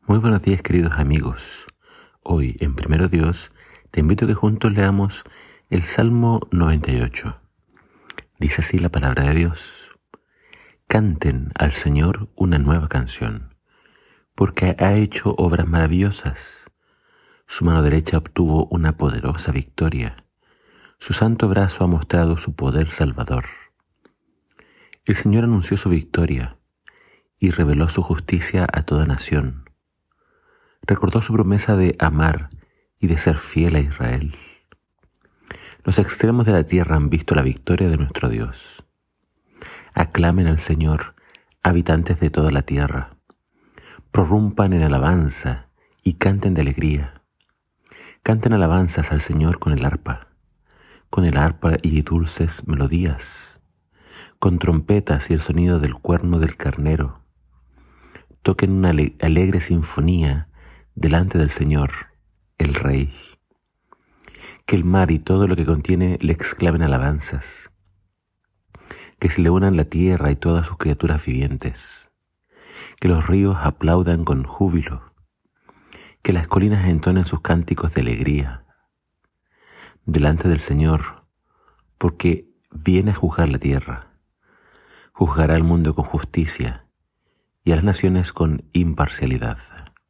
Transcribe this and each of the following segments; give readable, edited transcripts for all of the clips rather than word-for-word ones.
Muy buenos días, queridos amigos. Hoy, en Primero Dios, te invito a que juntos leamos el Salmo 98. Dice así la palabra de Dios: Canten al Señor una nueva canción, porque ha hecho obras maravillosas. Su mano derecha obtuvo una poderosa victoria. Su santo brazo ha mostrado su poder salvador. El Señor anunció su victoria y reveló su justicia a toda nación. Recordó su promesa de amar y de ser fiel a Israel. Los extremos de la tierra han visto la victoria de nuestro Dios. Aclamen al Señor, habitantes de toda la tierra. Prorrumpan en alabanza y canten de alegría. Canten alabanzas al Señor con el arpa y dulces melodías, con trompetas y el sonido del cuerno del carnero. Toquen una alegre sinfonía delante del Señor, el Rey. Que el mar y todo lo que contiene le exclamen alabanzas. Que se le unan la tierra y todas sus criaturas vivientes. Que los ríos aplaudan con júbilo. Que las colinas entonen sus cánticos de alegría delante del Señor, porque viene a juzgar la tierra. Juzgará al mundo con justicia y a las naciones con imparcialidad.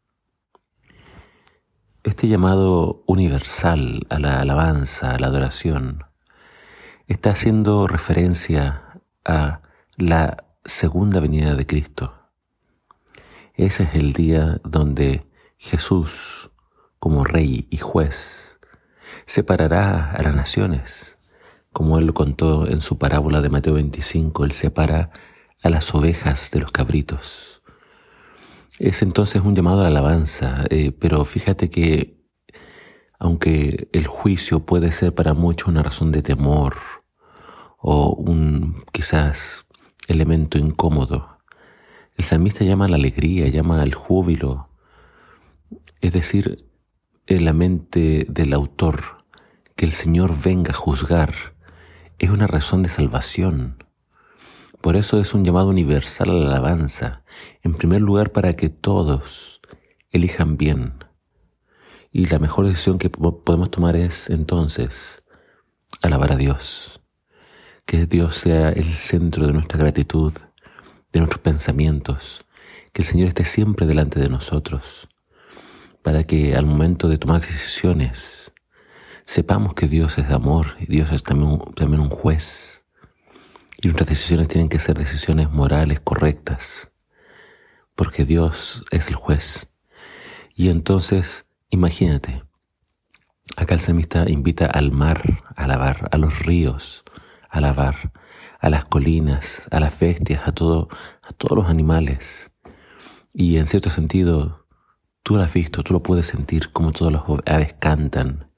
Este llamado universal a la alabanza, a la adoración, está haciendo referencia a la segunda venida de Cristo. Ese es el día donde Jesús, como Rey y Juez, separará a las naciones. Como Él lo contó en su parábola de Mateo 25, Él separa a las ovejas de los cabritos. Es entonces un llamado a la alabanza, pero fíjate que aunque el juicio puede ser para muchos una razón de temor o un quizás elemento incómodo, el salmista llama a la alegría, llama al júbilo, es decir, en la mente del autor, que el Señor venga a juzgar es una razón de salvación. Por eso es un llamado universal a la alabanza, en primer lugar para que todos elijan bien. Y la mejor decisión que podemos tomar es entonces alabar a Dios. Que Dios sea el centro de nuestra gratitud, de nuestros pensamientos. Que el Señor esté siempre delante de nosotros, para que al momento de tomar decisiones sepamos que Dios es amor y Dios es también un juez. Y nuestras decisiones tienen que ser decisiones morales correctas, porque Dios es el juez. Y entonces, imagínate, acá el salmista invita al mar a alabar, a los ríos a alabar, a las colinas, a las bestias, a todos los animales. Y en cierto sentido, tú lo has visto, tú lo puedes sentir, como todas las aves cantan.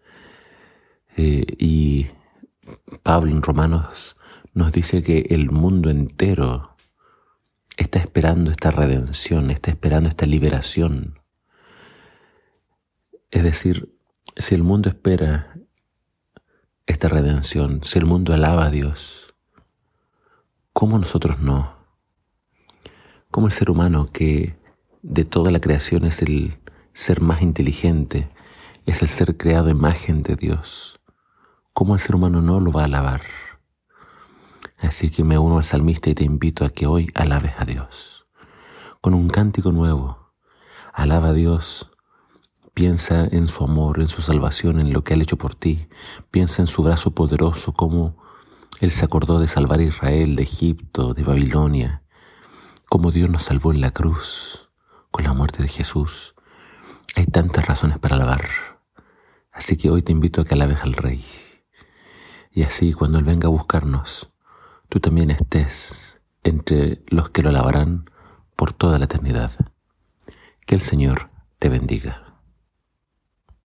Y Pablo en Romanos nos dice que el mundo entero está esperando esta redención, está esperando esta liberación. Es decir, si el mundo espera esta redención, si el mundo alaba a Dios, ¿cómo nosotros no? ¿Cómo el ser humano, que de toda la creación es el ser más inteligente, es el ser creado a imagen de Dios, cómo el ser humano no lo va a alabar? Así que me uno al salmista y te invito a que hoy alabes a Dios. Con un cántico nuevo, alaba a Dios, piensa en su amor, en su salvación, en lo que Él ha hecho por ti. Piensa en su brazo poderoso, cómo Él se acordó de salvar a Israel de Egipto, de Babilonia, cómo Dios nos salvó en la cruz, con la muerte de Jesús. Hay tantas razones para alabar. Así que hoy te invito a que alabes al Rey. Y así cuando Él venga a buscarnos, tú también estés entre los que lo alabarán por toda la eternidad. Que el Señor te bendiga.